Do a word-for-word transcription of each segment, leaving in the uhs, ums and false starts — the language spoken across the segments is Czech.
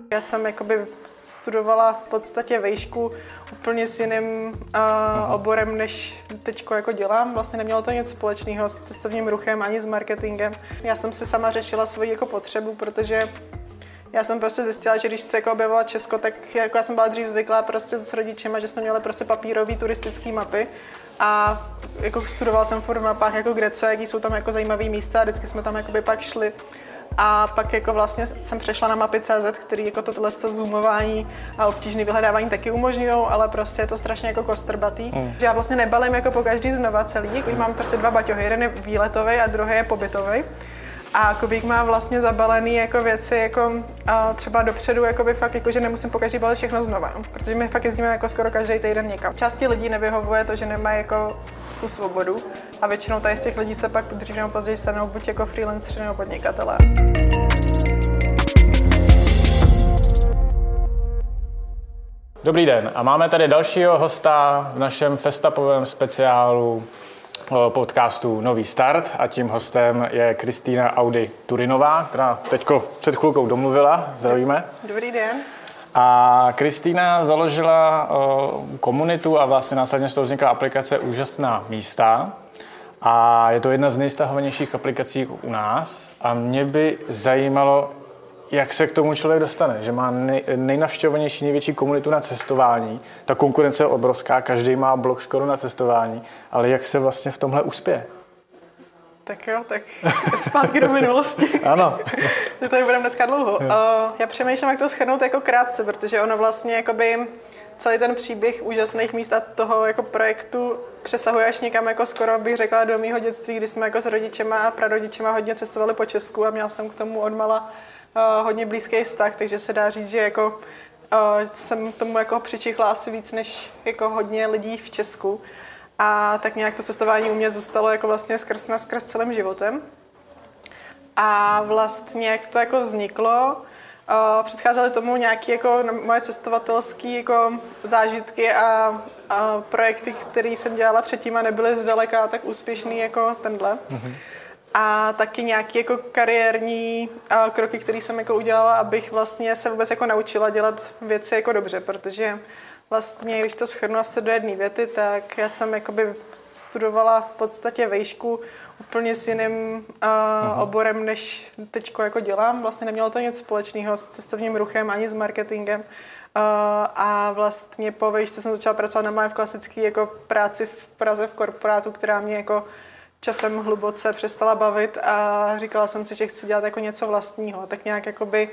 Já jsem jakoby studovala v podstatě vejšku úplně s jiným uh, oborem, než teďko jako dělám. Vlastně nemělo to nic společného s cestovním ruchem ani s marketingem. Já jsem si sama řešila svoji jako potřebu, protože já jsem prostě zjistila, že když chci jako objevovat Česko, tak jako já jsem byla dřív zvyklá prostě s rodičema, že jsme měli prostě papírové turistické mapy a jako studovala jsem furt v mapách jako Greco, jaký jsou tam jako zajímavé místa a vždycky jsme tam jakoby pak šli. A pak jako vlastně jsem přešla na mapy tečka cé zet, který jako tohle zoomování a obtížné vyhledávání taky umožňují, ale prostě je to strašně jako kostrbatý. Mm. Já vlastně nebalím jako po každý znova celý, jako mám prostě dva baťohy, jeden je výletový a druhý je pobytový. A Kubík má vlastně zabalený jako věci jako a třeba dopředu, jakoby fakt jako, že nemusím po každý balit všechno znova, protože my fakt jezdíme jako skoro každý týden někam. Části lidí nevyhovuje to, že nemají jako tu svobodu a většinou tady z těch lidí se pak dřív nebo později stanou buď jako freelanceri nebo podnikatelé. Dobrý den a máme tady dalšího hosta v našem festapovém speciálu podcastu Nový start a tím hostem je Kristýna Audi Turinová, která teďko před chvilkou domluvila. Zdravíme. Dobrý den. A Kristýna založila uh, komunitu a vlastně následně z toho vznikla aplikace Úžasná místa. A je to jedna z nejstahovanějších aplikací u nás. A mě by zajímalo, jak se k tomu člověk dostane, že má nej, nejnavštěvovanější, největší komunitu na cestování. Ta konkurence je obrovská, každý má blog skoro na cestování, ale jak se vlastně v tomhle uspěje? Tak jo, tak zpátky do minulosti. Ano. Že tady budeme dneska dlouho. Uh, já přemýšlím, jak to shrnout jako krátce, protože ono vlastně jakoby celý ten příběh úžasných míst a toho jako projektu přesahuje až někam jako skoro bych řekla do mýho dětství, kdy jsme jako s rodičema a prarodičema hodně cestovali po Česku a měla jsem k tomu odmala Uh, hodně blízký vztah, takže se dá říct, že jako, uh, jsem tomu jako přičichla asi víc než jako hodně lidí v Česku. A tak nějak to cestování u mě zůstalo jako vlastně skrz na skrz celým životem. A vlastně jak to jako vzniklo, uh, předcházely tomu nějaké jako moje cestovatelské jako zážitky a, a projekty, které jsem dělala předtím a nebyly zdaleka tak úspěšný jako tenhle. Mm-hmm. A taky nějaké jako kariérní a, kroky, které jsem jako udělala, abych vlastně se vůbec jako naučila dělat věci jako dobře, protože vlastně, když to shrnu asi do jedné věty, tak já jsem jakoby studovala v podstatě vejšku úplně s jiným a, oborem, než teďko jako dělám. Vlastně nemělo to nic společného s cestovním ruchem ani s marketingem. A, a vlastně po vejšce jsem začala pracovat na mé klasické jako práci v Praze v korporátu, která mě jako časem hluboce přestala bavit a říkala jsem si, že chci dělat jako něco vlastního. Tak nějak jakoby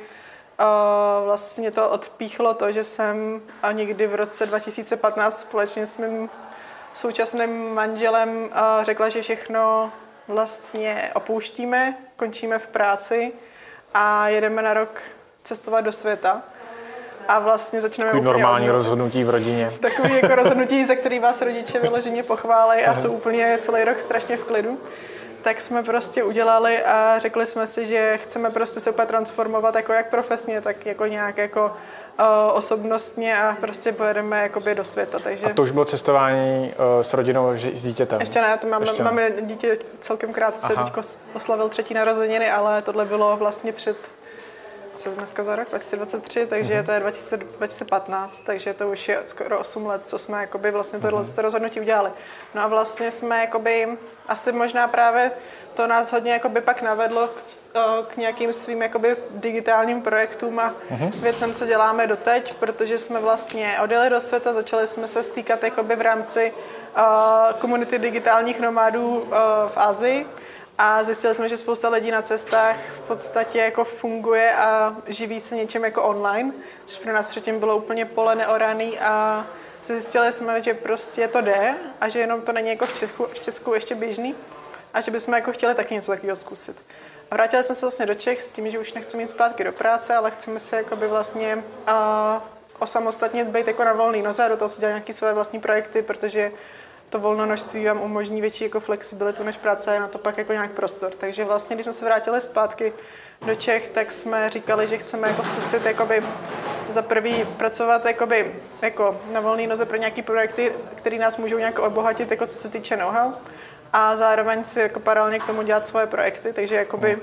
uh, vlastně to odpíchlo to, že jsem a někdy v roce dva tisíce patnáct společně s mým současným manželem uh, řekla, že všechno vlastně opouštíme, končíme v práci a jedeme na rok cestovat do světa. A vlastně začneme takový normální rozhodnutí v rodině. Takový jako rozhodnutí, za který vás rodiče vyloženě pochválí a jsou úplně celý rok strašně v klidu. Tak jsme prostě udělali a řekli jsme si, že chceme prostě se úplně transformovat jako jak profesně, tak jako nějak jako uh, osobnostně a prostě pojedeme jakoby do světa. Takže... A to už bylo cestování uh, s rodinou, s dítětem? Ještě ne, to máme, Ještě ne. máme dítě celkem krátce, teďko oslavil třetí narozeniny, ale tohle bylo vlastně před co je dneska za rok? dva tisíce dvacet tři, takže mm-hmm. to je dva tisíce patnáct, takže to už je skoro osm let, co jsme jakoby vlastně tohle mm-hmm. rozhodnutí udělali. No a vlastně jsme jakoby, asi možná právě to nás hodně jakoby pak navedlo k, k nějakým svým jakoby digitálním projektům a mm-hmm. věcem, co děláme doteď, protože jsme vlastně odjeli do světa, začali jsme se stýkat jakoby v rámci uh, komunity digitálních nomádů uh, v Asii. A zjistili jsme, že spousta lidí na cestách v podstatě jako funguje a živí se něčem jako online, což pro nás předtím bylo úplně pole neoraný a zjistili jsme, že prostě to jde a že jenom to není jako v Česku, v Česku ještě běžný a že bychom jako chtěli taky něco takového zkusit. A vrátili jsme se vlastně do Čech s tím, že už nechceme jít zpátky do práce, ale chceme se jakoby vlastně uh, osamostatnit, být jako na volný noze a do toho si dělat nějaké své vlastní projekty, protože to volnonožství vám umožní větší jako flexibilitu než práce a je na to pak jako nějak prostor. Takže vlastně, když jsme se vrátili zpátky do Čech, tak jsme říkali, že chceme jako zkusit jakoby za prvý pracovat jakoby, jako na volné noze pro nějaké projekty, které nás můžou nějak obohatit, jako co se týče know-how a zároveň si jako paralelně k tomu dělat svoje projekty, takže jakoby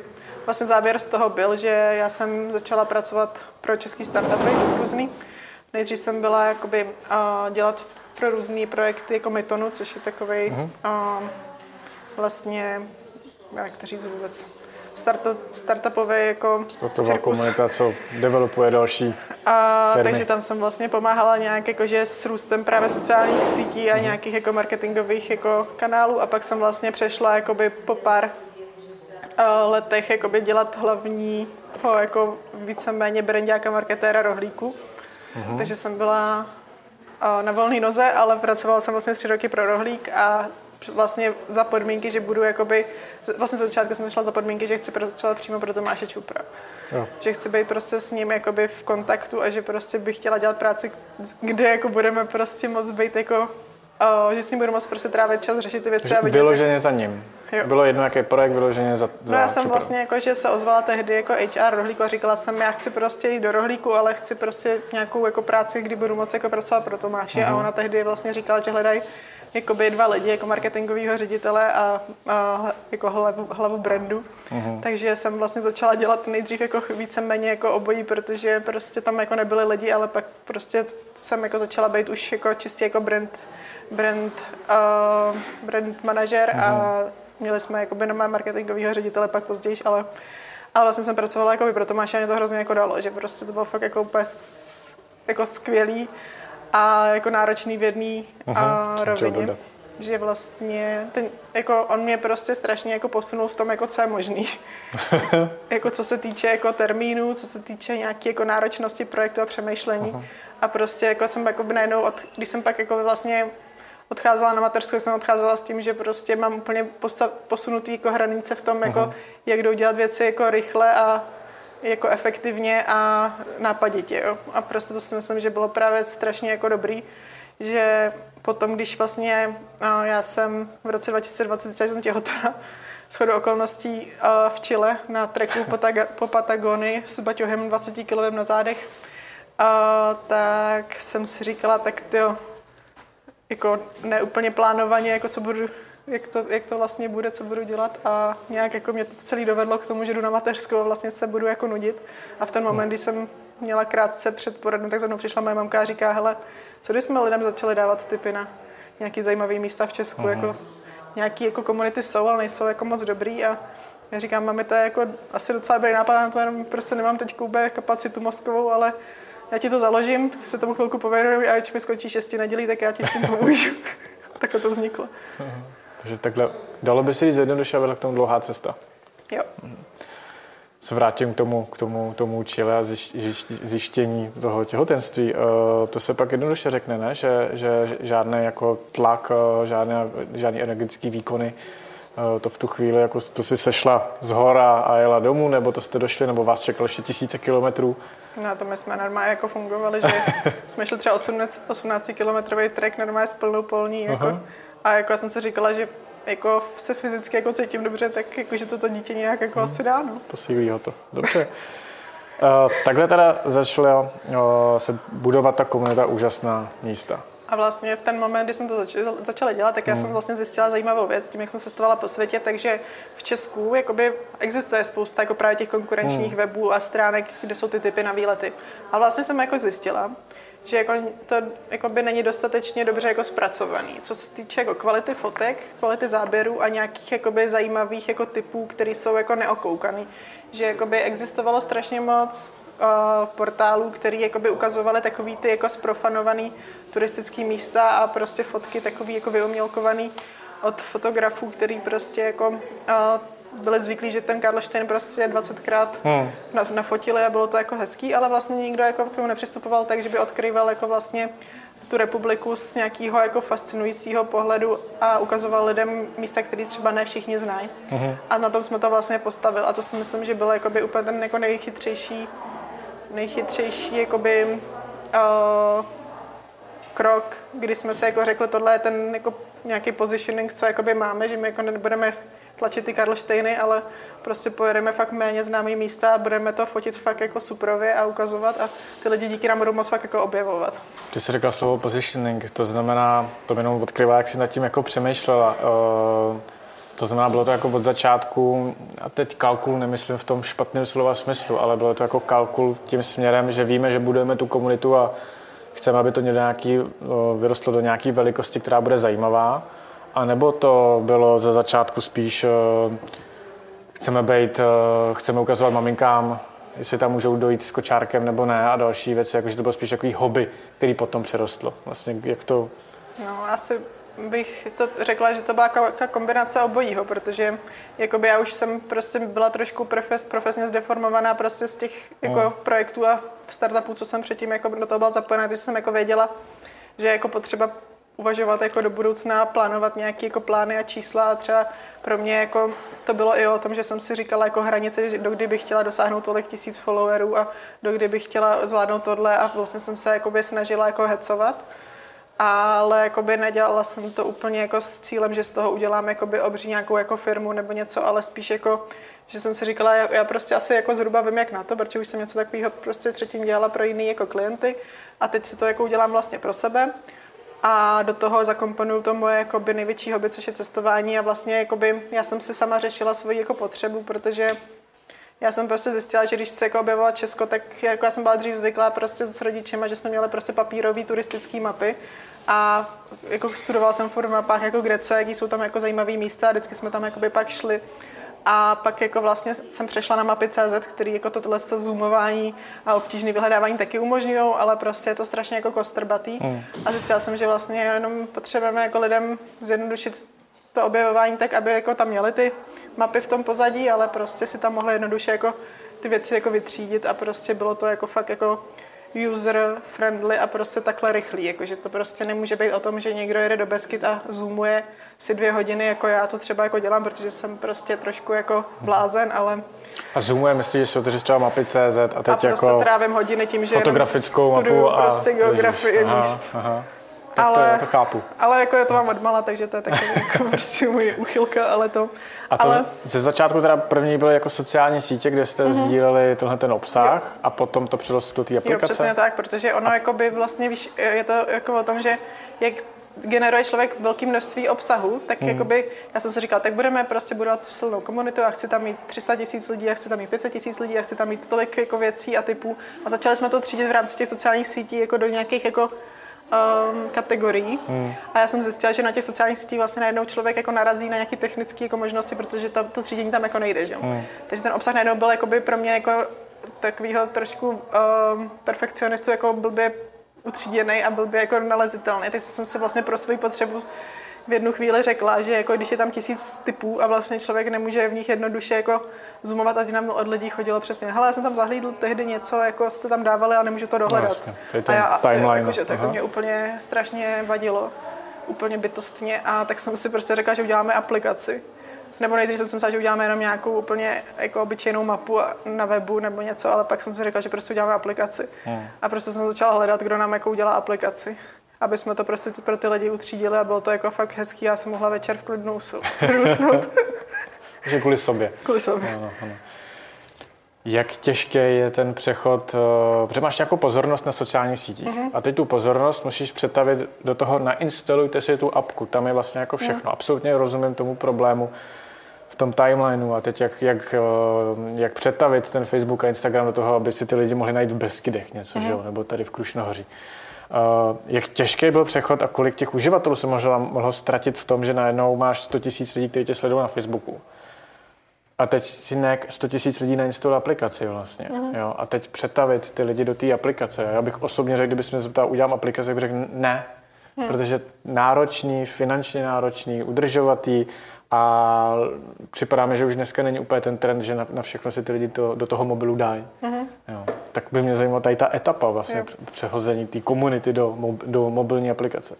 vlastně závěr z toho byl, že já jsem začala pracovat pro český startupy různý. Nejdřív jsem byla jakoby uh, dělat pro různý projekty jako Mytonu, což je takovej uh-huh. uh, vlastně, jak to říct vůbec, Startup, startupový jako startupová komunita, co developuje další a, firmy. Takže tam jsem vlastně pomáhala nějak jakože s růstem právě sociálních sítí a mm. nějakých jako marketingových jako kanálů a pak jsem vlastně přešla jakoby po pár uh, letech jakoby dělat hlavního jako víceméně brandáka marketéra rohlíku. Mm. Takže jsem byla uh, na volné noze, ale pracovala jsem vlastně tři roky pro rohlík a vlastně za podmínky, že budu jakoby, vlastně za začátku jsem šla za podmínky, že chci pracovat přímo pro Tomáše Čupra. Jo. Že chci být prostě s ním jakoby v kontaktu a že prostě bych chtěla dělat práci, kde jako budeme prostě moc být jako, uh, že s ním budu moc prostě trávit čas, řešit ty věci. A vidět, vyloženě za ním. Jo. Bylo jedno nějaký projekt vyloženě za, za No já jsem Čupra. vlastně jako, že se ozvala tehdy jako H R rohlíku a říkala jsem, já chci prostě jít do rohlíku, ale chci prostě nějakou jako práci, kdy budu moc jako pracovat pro Tomáše uh-huh. a ona tehdy vlastně říkala, že hledají jakoby dva lidi, jako marketingového ředitele a, a jako hlavu, hlavu brandu. Uh-huh. Takže jsem vlastně začala dělat nejdřív jako víceméně jako obojí, protože prostě tam jako nebyly lidi, ale pak prostě jsem jako začala být už jako čistě jako brand, brand, uh, brand manažer uh-huh. a měli jsme jakoby na marketingového ředitele pak později, ale, ale vlastně jsem pracovala jakoby pro Tomáše a mě to hrozně jako dalo, že prostě to bylo fakt jako úplně jako skvělý a jako náročný v jedné uh, rovině, že vlastně ten, jako on mě prostě strašně jako posunul v tom, jako co je možný. Jako co se týče jako termínů, co se týče nějaké jako náročnosti projektu a přemýšlení. Uh-huh. A prostě jako jsem jako najednou, od, když jsem pak jako vlastně odcházela na mateřskou, jsem odcházela s tím, že prostě mám úplně postav, posunutý jako hranice v tom, uh-huh. jako, jak jdou dělat věci jako rychle a jako efektivně a nápaditě. Jo. A prostě to si myslím, že bylo právě strašně jako dobrý, že potom, když vlastně uh, já jsem v roce dva tisíce dvacet začala jsem těhotná, shodou okolností uh, v Chile na treku po, taga, po Patagonii s baťohem dvacet kilovým na zádech, uh, tak jsem si říkala, tak tyjo, jako neúplně plánovaně, jako co budu, jak to, jak to vlastně bude, co budu dělat a nějak jako mě to celé dovedlo k tomu, že jdu na mateřskou a vlastně se budu jako nudit. A v ten moment, kdy jsem měla krátce před poradnu, tak za mnou přišla moje mamka a říká, hele, co když jsme lidem začali dávat tipy na nějaký zajímavý místa v Česku, uh-huh. jako nějaký jako komunity jsou, ale nejsou jako moc dobrý a já říkám, mami, to je jako asi docela dobrý nápad, na to jenom prostě nemám teď vůbec kapacitu mozkovou, ale já ti to založím, ty se tomu chvilku pověnuji a když mi skončí šesti nedělí, tak já ti s tím pomůžu. Tak to vzniklo. Uh-huh. Takže takhle, dalo by se říct jednoduše, byla k tomu dlouhá cesta. Jo. Se vrátím k tomu, k tomu, tomu Chile a zjištění toho těhotenství. To se pak jednoduše řekne, ne? Že, že žádný jako tlak, žádné, žádný energetický výkony, to v tu chvíli, jako to si sešla z hora a jela domů, nebo to jste došli, nebo vás čekalo ještě tisíce kilometrů? No to my jsme normálně jako fungovali, že jsme šli třeba osmnáctikilometrový trek normálně s plnou polní. Jako, uh-huh. A jako já jsem si říkala, že jako se fyzicky jako cítím dobře, tak jako, že toto dítě nějak jako hmm. asi dá, no. Posílí ho to. Dobře. uh, takhle teda začala uh, se budovat ta komunita Úžasná místa. A vlastně v ten moment, kdy jsme to začali, začali dělat, tak já hmm. jsem vlastně zjistila zajímavou věc, tím, jak jsem cestovala po světě, takže v Česku jakoby existuje spousta jako právě těch konkurenčních hmm. webů a stránek, kde jsou ty tipy na výlety. A vlastně jsem jako zjistila, že jako to jakoby není dostatečně dobře jako zpracovaný. Co se týče jako kvality fotek, kvality záběrů a nějakých jakoby zajímavých jako typů, které jsou jako neokoukaný. Že jakoby existovalo strašně moc uh, portálů, které jakoby ukazovaly takový ty jako zprofanovaný turistický místa a prostě fotky takový jako vyumělkovaný od fotografů, který prostě jako uh, byli zvyklí, že ten Karlštejn prostě dvacetkrát hmm. nafotili a bylo to jako hezký, ale vlastně nikdo jako k tomu nepřistupoval tak, že by odkryval jako vlastně tu republiku z nějakého jako fascinujícího pohledu a ukazoval lidem místa, které třeba ne všichni znají. Hmm. A na tom jsme to vlastně postavili a to si myslím, že bylo jakoby úplně ten jako nejchytřejší, nejchytřejší jakoby, uh, krok, kdy jsme se jako řekli, tohle je ten jako nějaký positioning, co jakoby máme, že my jako nebudeme tlačit ty Karlštejny, ale prostě pojedeme fakt méně známý místa a budeme to fotit fakt jako suprově a ukazovat a ty lidi díky nám budou moc fakt jako objevovat. Ty jsi řekla slovo positioning, to znamená, to jenom odkryvá, jak jsi nad tím jako přemýšlela. To znamená, bylo to jako od začátku, a teď kalkul nemyslím v tom špatném slova smyslu, ale bylo to jako kalkul tím směrem, že víme, že budujeme tu komunitu a chceme, aby to nějaký, vyrostlo do nějaké velikosti, která bude zajímavá. A nebo to bylo ze začátku spíš, chceme být, chceme ukazovat maminkám, jestli tam můžou dojít s kočárkem nebo ne a další věci, jakože to bylo spíš takový hobby, který potom přerostlo. Vlastně jak to... No, asi bych to řekla, že to byla taková kombinace obojího, protože jakoby já už jsem prostě byla trošku profes, profesně zdeformovaná prostě z těch jako no. projektů a startupů, co jsem předtím jako do toho byla zapojená, takže jsem jako věděla, že je jako potřeba uvažovat jako do budoucna, plánovat nějaké jako plány a čísla a třeba pro mě jako to bylo i o tom, že jsem si říkala jako hranice, že dokdy bych chtěla dosáhnout tolik tisíc followerů a dokdy bych chtěla zvládnout tohle a vlastně jsem se jakoby snažila jako hecovat. Ale jakoby nedělala jsem to úplně jako s cílem, že z toho udělám jakoby obří nějakou jako firmu nebo něco, ale spíš jako, že jsem si říkala, já, já prostě asi jako zhruba vím, jak na to, protože už jsem něco takového prostě předtím dělala pro jiný jako klienty a teď si to jako udělám vlastně pro sebe a do toho zakomponuju to moje jakoby největší hobby, což je cestování a vlastně jakoby já jsem si sama řešila svoji jako potřebu, protože já jsem prostě zjistila, že když chci jako objevovat Česko, tak jako já jsem byla dřív zvyklá prostě s rodičema, že jsme měli prostě papírový turistický mapy a jako studovala jsem furt v mapách jako kde co, jaký jsou tam jako zajímavý místa a vždycky jsme tam jakoby pak šli. A pak jako vlastně jsem přešla na mapy tečka cé zet, který jako tohle zoomování a obtížné vyhledávání taky umožňují, ale prostě je to strašně jako kostrbatý. Mm. A zjistila jsem, že vlastně jenom potřebujeme jako lidem zjednodušit to objevování tak, aby jako tam měli ty mapy v tom pozadí, ale prostě si tam mohli jednoduše jako ty věci jako vytřídit a prostě bylo to jako fakt jako user friendly a prostě takhle rychlý, jakože to prostě nemůže být o tom, že někdo jede do Beskyd a zoomuje si dvě hodiny, jako já to třeba jako dělám, protože jsem prostě trošku jako blázen, ale... A zoomuje, myslíš, že si otevřeš třeba mapy tečka cé zet a teď a prostě jako... trávím hodiny tím, že fotografickou studuju mapu a... prostě geografii míst. Aha. Tak ale, to, já to chápu. Ale jako je to mám odmala, takže to je taky jako prostě můj uchylka, ale to... A to ale... ze začátku teda první byly jako sociální sítě, kde jste mm-hmm. sdíleli tenhle ten obsah jo. a potom to přirostlo do té aplikace? Jo, přesně tak, protože ono a... jakoby vlastně, víš, je to jako o tom, že jak generuje člověk velké množství obsahu, tak mm. jakoby, já jsem si říkala, tak budeme prostě budovat tu silnou komunitu a chci tam mít tři sta tisíc lidí, a chci tam mít pět set tisíc lidí, a chci tam mít tolik jako věcí a typů. A začali jsme to třídit v rámci těch sociálních sítí jako do nějakých jako Um, kategorií. Hmm. A já jsem zjistila, že na těch sociálních sítích vlastně najednou člověk jako narazí na nějaké technické jako možnosti, protože ta, to třídění tam jako nejde, že? Hmm. Takže ten obsah najednou byl jakoby pro mě jako takovýho trošku um, perfekcionistu jako blbě utříděný a blbě jako nalezitelný. Takže jsem si vlastně pro svou potřebu v jednu chvíli řekla, že jako když je tam tisíc typů a vlastně člověk nemůže v nich jednoduše jako zoomovat a nám od lidí chodilo přesně. Hele, já jsem tam zahlídl tehdy něco, jako jste tam dávali a nemůžu to dohledat. No, vlastně. To je ten a já, timeline. Jako, že, tak to mě úplně strašně vadilo, úplně bytostně a tak jsem si prostě řekla, že uděláme aplikaci. Nebo nejdřív jsem si myslela, že uděláme jenom nějakou úplně jako obyčejnou mapu na webu nebo něco, ale pak jsem si řekla, že prostě uděláme aplikaci. Hmm. A prostě jsem začala hledat, kdo nám jako udělá aplikaci. Aby jsme to prostě pro ty lidi utřídili a bylo to jako fakt hezký. Já jsem mohla večer v klidu usnout. Takže kvůli sobě. Kvůli sobě. Ano, ano. Jak těžký je ten přechod, protože máš nějakou pozornost na sociálních sítích mm-hmm. a teď tu pozornost musíš přetavit do toho, nainstalujte si tu apku, tam je vlastně jako všechno. Mm. Absolutně rozumím tomu problému v tom timelineu a teď jak, jak, jak přetavit ten Facebook a Instagram do toho, aby si ty lidi mohli najít v Beskydech něco, mm. že jo? Nebo tady v Krušnohoří. Uh, jak těžký byl přechod a kolik těch uživatelů se mohlo, mohlo ztratit v tom, že najednou máš sto tisíc lidí, kteří tě sledují na Facebooku. A teď si ne sto tisíc lidí nainstaluje aplikaci vlastně. Mm-hmm. Jo? A teď přetavit ty lidi do té aplikace. Já bych osobně řekl, kdybych mě zeptal, udělám aplikaci, tak bych řekl ne. Mm. Protože náročný, finančně náročný, udržovatý a připadá mi, že už dneska není úplně ten trend, že na, na všechno si ty lidi to, do toho mobilu dají. Mm-hmm. Jo. Tak by mě zajímala tady ta etapa vlastně jo. přehození té komunity do, do mobilní aplikace.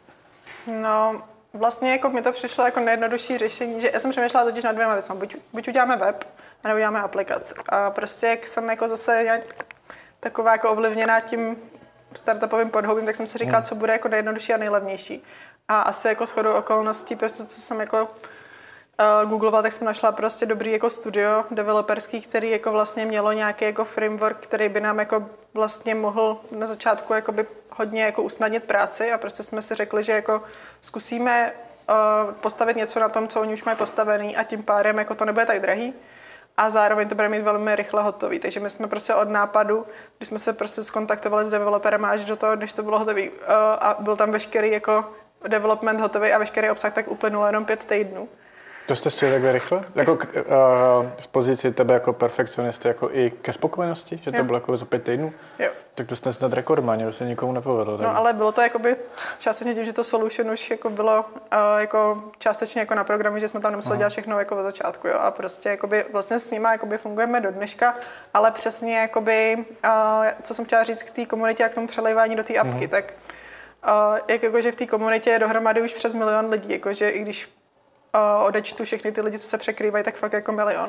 No, vlastně jako mi to přišlo jako nejjednodušší řešení, že já jsem přemýšlela totiž nad dvěma věcmi. Buď, buď uděláme web, nebo uděláme aplikaci. A prostě jak jsem jako zase nějak taková jako ovlivněná tím startupovým podhoubím, tak jsem si říkala, hmm. co bude jako nejjednodušší a nejlevnější. A asi jako shodou okolností, prostě co jsem jako uh, googlovala, tak jsem našla prostě dobrý jako studio developerský, který jako vlastně mělo nějaký jako framework, který by nám jako vlastně mohl na začátku jakoby hodně jako usnadnit práci a prostě jsme si řekli, že jako zkusíme uh, postavit něco na tom, co oni už mají postavený a tím pádem jako to nebude tak drahý. A zároveň to bude mít velmi rychle hotový. Takže my jsme prostě od nápadu, když jsme se prostě skontaktovali s developerem až do toho, než to bylo hotový uh, a byl tam veškerý jako development hotový a veškerý obsah, tak uplynulo jenom pět týdnů. To jste stihli takhle rychle? Jako k, uh, z pozici tebe jako perfekcionisty, jako i ke spokojenosti, že to jo. bylo jako za pět týdnů? Jo. Tak to jste snad rekordmáně, to se nikomu nepovedlo. Tak. No ale bylo to jakoby částečně tím, že to solution už jako bylo uh, jako částečně jako na programu, že jsme tam nemuseli Aha. dělat všechno jako od začátku, jo. A prostě jakoby vlastně s nima jakoby fungujeme do dneška, ale přesně jakoby, uh, co jsem chtěla říct k té komunitě a k tomu přelejvání do té apky, mm. tak uh, jak jakože v té komunitě je dohromady už přes milion lidí, jakože i když uh, odečtu všechny ty lidi, co se překrývají, tak fakt jako milion.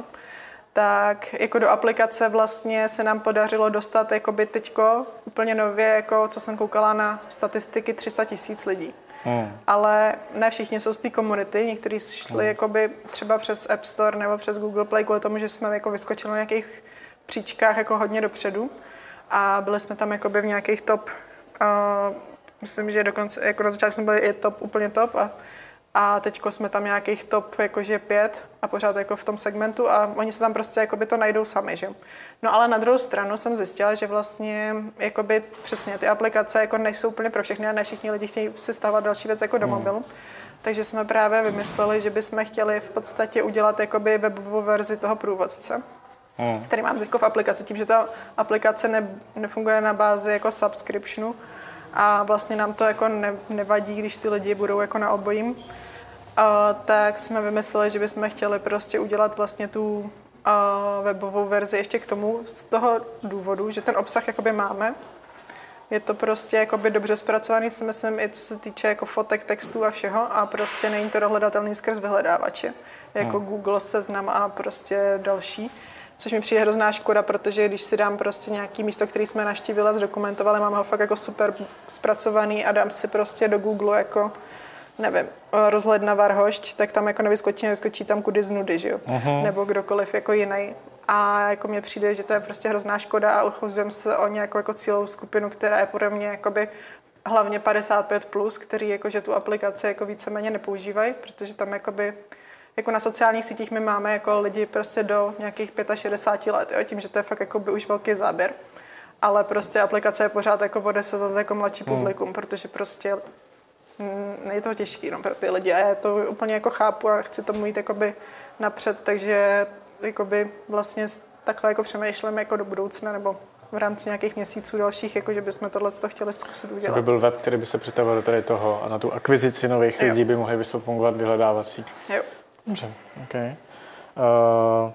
Tak jako do aplikace vlastně se nám podařilo dostat jakoby teďko úplně nově, jako co jsem koukala na statistiky, tři sta tisíc lidí. Hmm. Ale ne všichni jsou z té komunity, někteří šli hmm. jakoby třeba přes App Store nebo přes Google Play kvůli tomu, že jsme jako vyskočili na nějakých příčkách jako hodně dopředu a byli jsme tam jakoby v nějakých top, uh, myslím, že dokonce jako na začátku jsme byli i top, úplně top a A teďko jsme tam nějakých top jakože pět a pořád jako v tom segmentu a oni se tam prostě jakoby to najdou sami, že? No ale na druhou stranu jsem zjistila, že vlastně jakoby přesně ty aplikace jako nejsou úplně pro všechny a ne všichni lidi chtějí si stávat další věc jako do hmm. mobilu. Takže jsme právě vymysleli, že bychom chtěli v podstatě udělat jakoby webovou verzi toho průvodce, hmm. který mám teďko v aplikaci, tím, že ta aplikace ne, nefunguje na bázi jako subscriptionu a vlastně nám to jako ne, nevadí, když ty lidi budou jako na obojím. Uh, tak jsme vymysleli, že bychom chtěli prostě udělat vlastně tu uh, webovou verzi ještě k tomu z toho důvodu, že ten obsah jakoby máme. Je to prostě jakoby dobře zpracovaný, si myslím, i co se týče jako fotek, textů a všeho a prostě není to dohledatelný skrz vyhledávače, jako hmm. Google, Seznam a prostě další. Což mi přijde hrozná škoda, protože když si dám prostě nějaký místo, který jsme navštívili a zdokumentovali, mám ho fakt jako super zpracovaný a dám si prostě do Google jako, nevím, rozhledna Varhošť, tak tam jako nevyskočí, nevyskočí tam kudy z nudy, že jo? Uh-huh. Nebo kdokoliv jako jiný. A jako mně přijde, že to je prostě hrozná škoda a ucházím se o nějakou jako cílovou skupinu, která je podle mě jakoby hlavně padesát pět plus, který jakože tu aplikaci jako víceméně nepoužívají, protože tam jakoby jako na sociálních sítích my máme jako lidi prostě do nějakých šedesáti pěti let, jo, tím, že to je fakt jako by už velký záběr. Ale prostě aplikace je pořád jako o deset let jako mladší hmm. publikum, protože prostě mm, je to těžký no, pro ty lidi a já to úplně jako chápu a chci tomu jít jakoby napřed, takže jakoby vlastně takhle jako přemýšlím jako do budoucna nebo v rámci nějakých měsíců dalších, jako že bychom tohle chtěli zkusit udělat. To by byl web, který by se přetavil do tady toho a na tu akvizici nových jo. lidí by mohly fungovat vyhledávací. Jo. Dobře, okay. uh,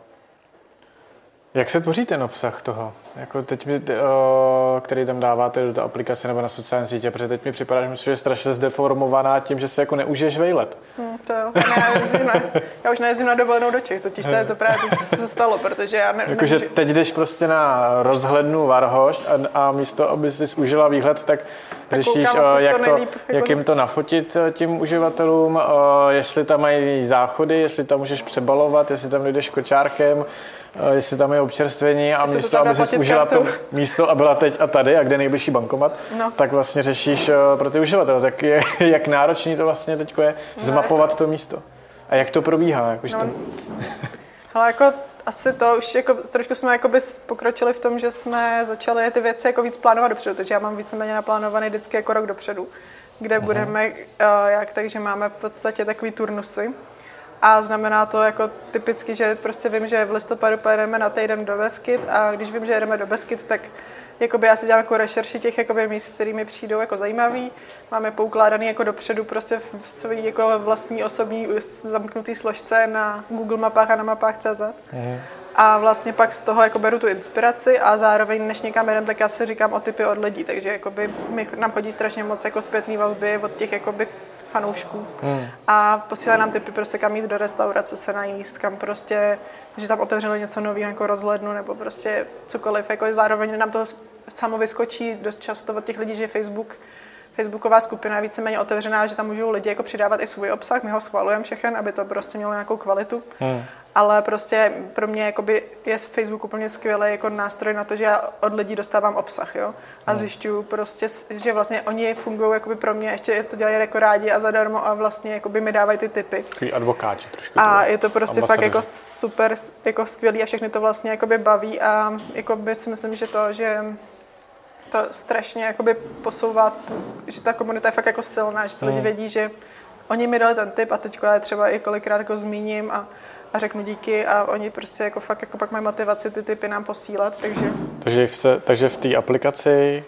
Jak se tvoří ten obsah toho, jako teď mi, uh, který tam dáváte do té aplikace nebo na sociální sítě, protože teď mi připadá, že je strašně zdeformovaná tím, že se jako neužiješ vejlet. Hmm, to jo, já, na, já už nejezdím na dovolenou do Čech, totiž to je to právě teď se stalo, protože já ne, Jakože nemůžu... teď jdeš prostě na rozhlednu Varhošť a, a místo, aby jsi užila výhled, tak, tak řešíš, uh, jak, to, nejlíp, jak jako... jim to nafotit tím uživatelům, uh, jestli tam mají záchody, jestli tam můžeš přebalovat, jestli tam jdeš kočárkem, jestli tam je občerstvení a místo, aby si užila to místo a byla teď a tady a kde nejbližší bankomat, no. tak vlastně řešíš pro ty uživatele. Tak je, jak náročný to vlastně teď je zmapovat to místo. A jak to probíhá? Jak už no. to... Ale jako asi to už jako, trošku jsme jakoby pokročili v tom, že jsme začali ty věci jako víc plánovat dopředu, takže já mám víceméně naplánovaný vždycky jako rok dopředu, kde uh-huh. budeme, jak, takže máme v podstatě takový turnusy. A znamená to jako typicky, že prostě vím, že v listopadu pojedeme na týden do Beskyd a když vím, že jedeme do Beskyd, tak jakoby já si dělám jako rešerši těch jakoby míst, které mi přijdou jako zajímavý. Máme poukládaný jako dopředu prostě v své jako vlastní osobní zamknutý složce na Google mapách a na mapách tečka cé zet. Mhm. A vlastně pak z toho jako beru tu inspiraci a zároveň než někam jedem, tak já si říkám o tipy od lidí, takže jakoby my, nám chodí strašně moc jako zpětný vazby od těch jakoby fanoušků. Hmm. A posílají nám tipy prostě kam jít do restaurace se najíst, kam prostě, že tam otevřeli něco nového jako rozhlednu nebo prostě cokoliv. Jako zároveň nám to samo vyskočí dost často od těch lidí, že Facebook facebooková skupina je víceméně otevřená, že tam můžou lidi jako přidávat i svůj obsah, my ho schvalujeme všechen, aby to prostě mělo nějakou kvalitu. Hmm. Ale prostě pro mě jakoby je Facebook úplně skvělý jako nástroj na to, že já od lidí dostávám obsah, jo. A hmm. zjišťuju prostě, že vlastně oni fungují jakoby pro mě, ještě to dělají jako rádi a zadarmo a vlastně jakoby mi dávají ty tipy. Takový advokáti trošku. A je to prostě fakt jako super, jako skvělý a všechny to vlastně jakoby baví a jakoby si myslím, že to, že to strašně jakoby posouvá, tu, že ta komunita je fakt jako silná, že ty hmm. lidi vědí, že oni mi dali ten tip a teď já třeba i kolikrát jako zmíním a a řeknu díky a oni prostě jako fakt jako pak mají motivaci ty tipy nám posílat, takže... Takže v, takže v té aplikaci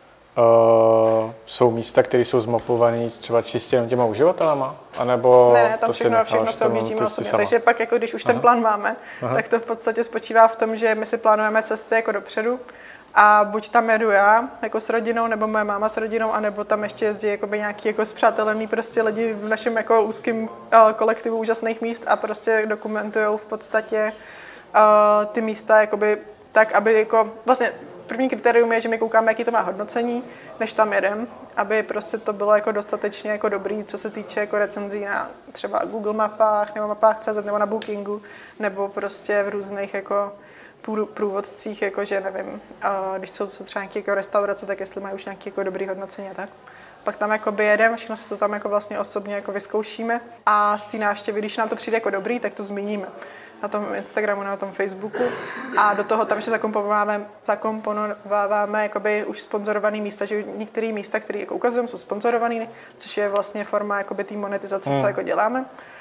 uh, jsou místa, které jsou zmapované třeba čistě jen těma uživatelama? Anebo ne, ne, tam to všechno, všechno se objíždíme osobně, takže pak jako když už Aha. ten plán máme, Aha. tak to v podstatě spočívá v tom, že my si plánujeme cesty jako dopředu a buď tam jedu já jako s rodinou, nebo moje máma s rodinou, anebo tam ještě jezdí jakoby nějaký jako spřátelený prostě lidi v našem jako úzkém uh, kolektivu úžasných míst a prostě dokumentujou v podstatě uh, ty místa jakoby tak, aby jako vlastně první kritérium je, že my koukáme, jaký to má hodnocení, než tam jedem, aby prostě to bylo jako dostatečně jako dobrý, co se týče jako recenzí na třeba Google mapách, nebo mapách tečka cé zet, nebo na Bookingu, nebo prostě v různých jako průvodcích, jakože nevím, když jsou to třeba nějaké jako restaurace, tak jestli mají už nějaké jako dobrý hodnocení a tak. Pak tam jako jedeme, všechno si to tam jako vlastně osobně jako vyzkoušíme a z té návštěvy, když nám to přijde jako dobrý, tak to zmíníme na tom Instagramu, na tom Facebooku a do toho tam ještě zakomponováváme, zakomponováváme jakoby už sponzorované místa, že některé místa, které jako ukazujeme, jsou sponzorované, což je vlastně forma jakoby té monetizace, hmm. co jako děláme.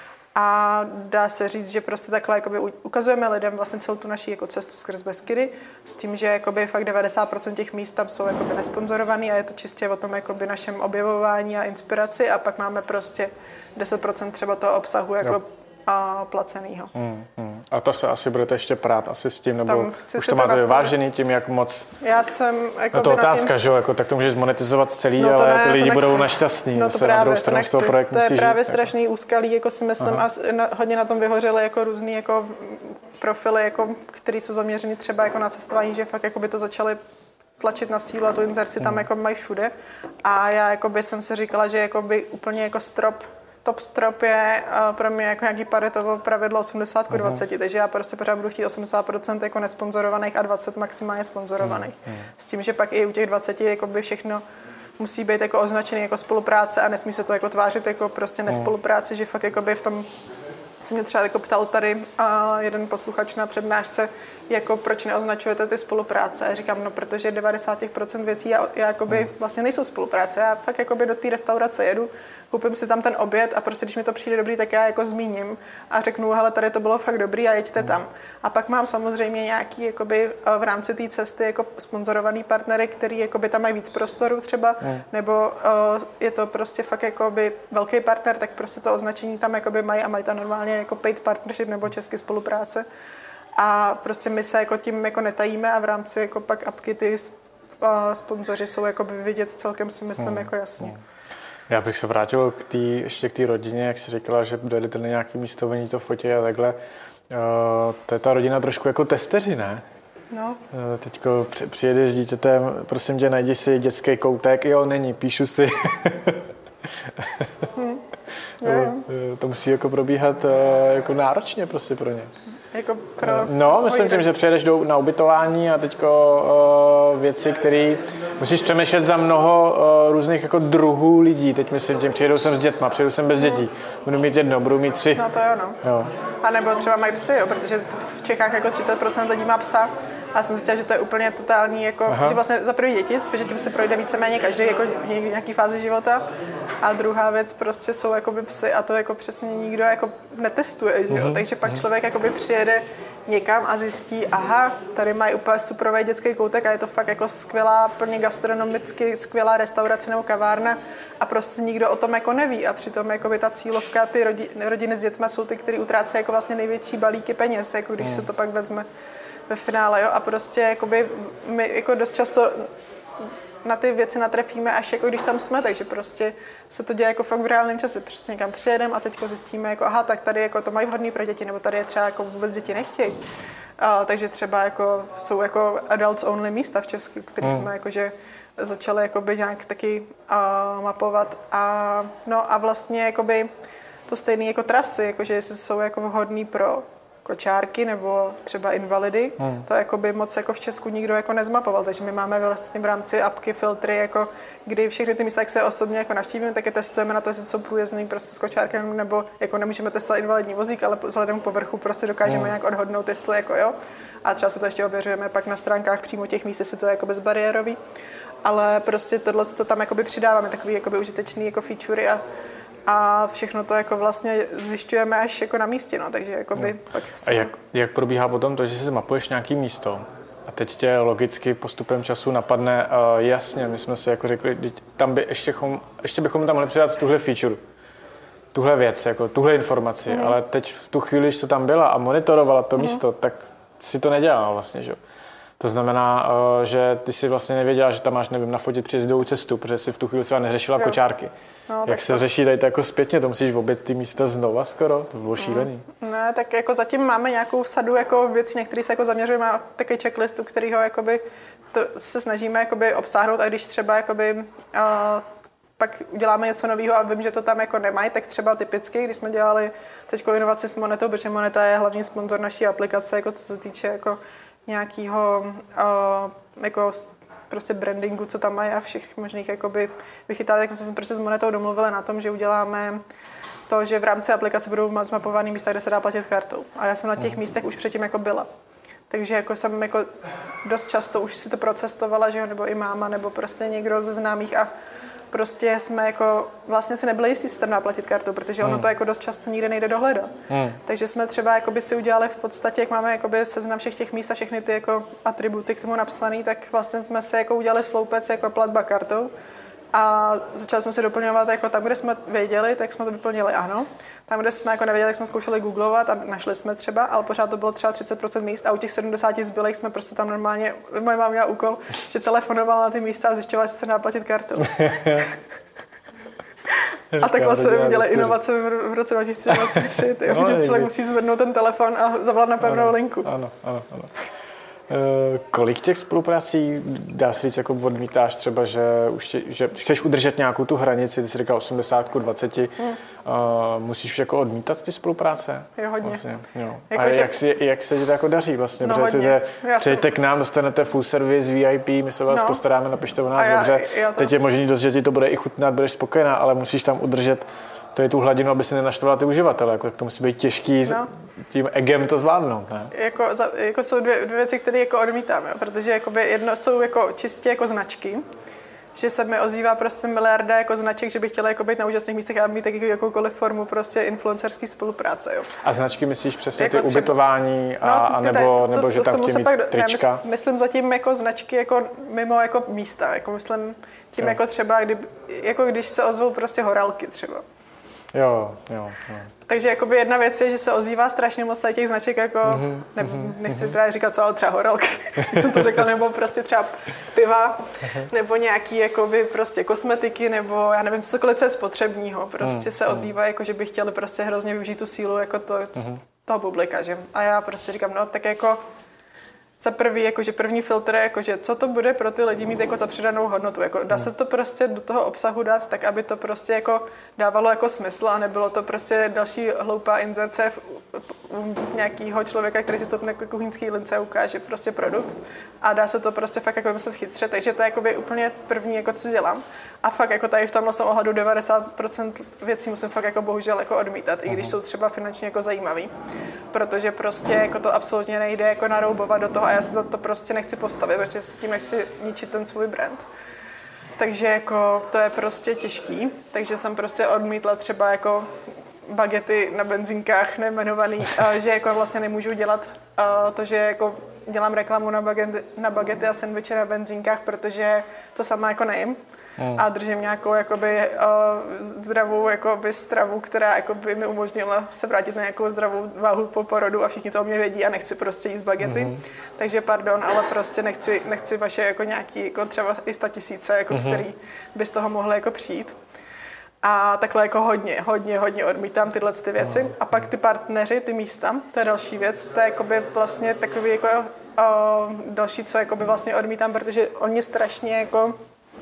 A dá se říct, že prostě takhle jakoby ukazujeme lidem vlastně celou tu naši jako cestu skrz Beskydy s tím, že jakoby fakt devadesát procent těch míst tam jsou jakoby nesponzorovaný a je to čistě o tom jakoby našem objevování a inspiraci a pak máme prostě deset procent třeba toho obsahu jako a placenýho. Hmm, hmm. A to se asi budete ještě prát asi s tím, nebo už to máte vyvážený tím, jak moc... Já jsem... Jako no to otázka, tím... že jo, jako, tak to můžeš zmonetizovat celý, no ale ne, ty lidi budou našťastní. No to se právě, na druhou stranu z toho projektu to je musí právě žít, strašný jako... úskalí, jako si myslím, Aha. a na, hodně na tom vyhořely jako různý jako profily, jako, které jsou zaměřeny třeba jako na cestování, že fakt jako by to začaly tlačit na sílu a tu inzerci tam hmm. jako mají všude. A já jako by jsem si říkala, že jako by úplně jako strop top strop je uh, pro mě jako nějaký Paretovo pravidlo osmdesát ku dvaceti, uh-huh. takže já prostě pořád budu chtít osmdesát procent jako nesponzorovaných a dvacet procent maximálně sponzorovaných. Uh-huh. S tím, že pak i u těch dvaceti jako by všechno musí být jako označený jako spolupráce a nesmí se to jako tvářit jako prostě nespolupráce, uh-huh. že fakt jako by v tom se mě třeba jako ptal tady uh, jeden posluchač na přednášce, jako proč neoznačujete ty spolupráce. A říkám, no protože devadesát procent věcí já, já jakoby vlastně nejsou spolupráce. Já fakt jakoby do té restaurace jedu, koupím si tam ten oběd a prostě když mi to přijde dobrý, tak já jako zmíním a řeknu, hele, tady to bylo fakt dobrý a jeďte tam. A pak mám samozřejmě nějaký jakoby v rámci té cesty jako sponzorovaný partnery, který jakoby tam mají víc prostoru třeba, mm. nebo uh, je to prostě fakt jakoby velký partner, tak prostě to označení tam jakoby mají a mají tam normálně jako paid partnership nebo český spolupráce. A prostě my se jako tím jako netajíme a v rámci jako pak apky ty uh, sponzoři jsou jako vidět celkem si myslím mm. jako jasně. Mm. Já bych se vrátil k tý, ještě k té rodině, jak jsi říkala, že dojedete na nějaké místo, oni to fotí a takhle. Uh, to je ta rodina trošku jako testeři, ne? No. Uh, teďko při, přijedeš s dítětem, prosím tě, najdi si dětský koutek. Jo, není, píšu si. hmm. jo, jo. To musí jako probíhat uh, jako náročně prostě pro ně. Jako pro... No, myslím tím, že přijedeš do, na ubytování a teďko uh, věci, které musíš přemýšlet za mnoho uh, různých jako druhů lidí. Teď myslím tím, přijedou sem s dětma, přijedou sem bez dětí. Budu mít jedno, budu mít tři. No to jo, no. Jo. A nebo třeba mají psy, jo, protože v Čechách jako třicet procent lidí má psa. A já jsem zjistila, že to je úplně totální, jako, že vlastně za první děti, protože tím se projde víceméně každý jako v nějaký fázi života. A druhá věc prostě jsou jakoby psy a to jako přesně nikdo jako netestuje, že jo? Takže pak člověk jakoby přijede někam a zjistí, aha, tady mají úplně superový dětský koutek a je to fakt jako skvělá, plně gastronomicky skvělá restaurace nebo kavárna a prostě nikdo o tom jako neví a přitom jakoby ta cílovka, ty rodi, rodiny s dětma jsou ty, které utrácejí jako vlastně největší balíky peněz, jako když se to pak vezme ve finále, jo, a prostě jakoby my jako dost často na ty věci natrefíme až jako když tam jsme, takže prostě se to děje jako fakt v reálném čase. Přesně někam přijedeme a teďko zjistíme, jako aha, tak tady jako to mají vhodný pro děti, nebo tady je třeba jako vůbec děti nechtějí. Uh, takže třeba jako jsou jako adults only místa v Česku, které hmm. jsme jakože začali jakoby nějak taky uh, mapovat a no a vlastně jakoby to stejné jako trasy, jakože jestli jsou jako vhodný pro kočárky nebo třeba invalidy, hmm. to jakoby moc jako v Česku nikdo jako nezmapoval, takže my máme vlastně v rámci apky filtry, jako kdy všechny ty místa, jak se osobně jako navštívíme, tak je testujeme na to, jestli jsou průjezdný prostě s kočárkem, nebo jako nemůžeme testovat invalidní vozík, ale vzhledem k povrchu prostě dokážeme hmm. nějak odhodnout, jestli jako jo. A třeba se to ještě ověřujeme pak na stránkách přímo těch míst, jestli to je jako bezbariérový. Ale prostě tohle to tam jakoby přidáváme, takový jakoby užitečný jako featurey a a všechno to jako vlastně zjišťujeme až jako na místě, no, takže jakoby no. pak... A jak, jak probíhá potom to, že si mapuješ nějaký místo a teď tě logicky postupem času napadne, uh, jasně, my jsme si jako řekli, tam by ještě, chom, ještě bychom tam mohli přidat tuhle feature, tuhle věc, jako tuhle informaci, mm. ale teď v tu chvíli, když to tam byla a monitorovala to mm. místo, tak si to nedělala vlastně, že jo. To znamená, že ty si vlastně nevěděla, že tam máš, nevím, nafotit příjezdovou cestu, protože si v tu chvíli třeba neřešila jo. kočárky. No, jak se to řeší tady to jako zpětně, to musíš objet ty místa znova skoro, to bylo šílený. Ne, tak jako zatím máme nějakou vsadu jako věcí, který se jako zaměřujeme na takový checklist, u kterého jakoby to se snažíme jakoby obsáhnout a když třeba jakoby, uh, pak uděláme něco nového a vím, že to tam jako nemají, tak třeba typicky, když jsme dělali teď inovaci s Monetou, protože Moneta je hlavní sponzor naší aplikace, jako co se týče jako nějakého uh, jako prostě brandingu, co tam mají a všech možných jakoby vychytát, tak jsme prostě s Monetou domluvili na tom, že uděláme to, že v rámci aplikace budou zmapované místa, kde se dá platit kartou. A já jsem na těch místech už předtím jako byla. Takže jako jsem jako dost často už si to procestovala, že jo, nebo i máma, nebo prostě někdo ze známých a prostě jsme jako vlastně si nebyli jistí, si tam dá platit kartou, protože ono to jako dost často nikde nejde dohledat. Hmm. Takže jsme třeba jakoby si udělali v podstatě, jak máme jakoby seznam všech těch míst a všechny ty jako atributy k tomu napsaný, tak vlastně jsme si jako udělali sloupec jako platba kartou a začali jsme si doplňovat jako tam, kde jsme věděli, tak jsme to vyplnili ano. Tam, kde jsme jako nevěděli, tak jsme zkoušeli googlovat a našli jsme třeba, ale pořád to bylo třeba třicet procent míst a u těch sedmdesát zbylých jsme prostě tam normálně, moje máma měla úkol, že telefonovala na ty místa a zjišťovala, jestli se dá platit kartou. A takhle se dělaly inovace v roce dva tisíce dvacet tři, tyjo, no, že člověk musí zvednout ten telefon a zavolat na pevnou linku. Ano, ano, ano. Uh, kolik těch spoluprací, dá se říct, jako odmítáš třeba, že, už tě, že chceš udržet nějakou tu hranici, ty jsi říkal osmdesát ku dvaceti, hmm. uh, musíš jako odmítat ty spolupráce? Jo, hodně. Vlastně, jo. Jako, a že... jak, si, jak se ti to jako daří vlastně? No, protože přijďte k nám, dostanete full service, V I P, my se vás no. postaráme, napište o nás já, dobře. Já to... Teď je možný dost, že ti to bude i chutnat, budeš spokojená, ale musíš tam udržet to je tu hladinu, aby se nenaštvala ty uživatele. Jako, to musí být těžký no. tím egem to zvládnout. Ne? Jako, jako jsou dvě, dvě věci, které jako odmítám. Jo? Protože jakoby jedno jsou jako čistě jako značky, že se mi ozývá prostě miliarda jako značek, že bych chtěla jako být na úžasných místech a mít taky jakoukoliv formu prostě influencerský spolupráce. Jo. A značky myslíš přesně jako ty třeba... ubytování a, no, ty, a nebo, to, nebo že tam chtějí mít pak, trička? Já mysl, myslím zatím jako značky jako mimo jako místa. Jako myslím tím jo. jako třeba, kdy, jako když se ozvou prostě horálky třeba. Jo, jo, jo. Takže jakoby jedna věc je, že se ozývá strašně moc těch značek, jako, mm-hmm, ne, mm-hmm, nechci právě říkat co, ale třeba horálky, jak jsem to řekla, nebo prostě třeba piva, nebo nějaký jakoby prostě kosmetiky, nebo já nevím, cokoliv, co je spotřebního, prostě mm, se ozývá, jako, že by chtěli prostě hrozně využít tu sílu jako to, mm-hmm. toho publika, že? A já prostě říkám, no tak jako za prvý, jakože první filtr je, jakože co to bude pro ty lidi mít jako za přidanou hodnotu. Jako, dá se to prostě do toho obsahu dát tak, aby to prostě jako dávalo jako smysl a nebylo to prostě další hloupá inzerce u nějakého člověka, který si stoupne jako kuchyňský lince a ukáže prostě produkt. A dá se to prostě fakt jako myslet chytře, takže to je jakoby úplně první, jako co dělám. A fakt jako tady v tomhle jsem ohledu devadesát procent věcí musím fakt jako bohužel jako odmítat, i když jsou třeba finančně jako zajímavý. Protože prostě jako to absolutně nejde jako naroubovat do toho a já se za to prostě nechci postavit, protože s tím nechci ničit ten svůj brand. Takže jako to je prostě těžký, takže jsem prostě odmítla třeba jako bagety na benzínkách nejmenovaný, že jako vlastně nemůžu dělat to, že jako dělám reklamu na bagety, na bagety a sendviče na benzínkách, protože to sama jako nejím. Hmm. A držím nějakou jakoby, uh, zdravou jakoby, stravu, která jakoby, mi umožnila se vrátit na nějakou zdravou váhu po porodu a všichni to o mě vědí a nechci prostě jíst bagety. Hmm. Takže pardon, ale prostě nechci, nechci vaše jako nějaký jako třeba i sta tisíce, jako, hmm. který by z toho mohly jako přijít. A takhle jako hodně, hodně, hodně odmítám tyhle ty věci. Hmm. A pak ty partneři, ty místa, to je další věc, to je jakoby vlastně takový jako uh, další, co jakoby vlastně odmítám, protože oni strašně jako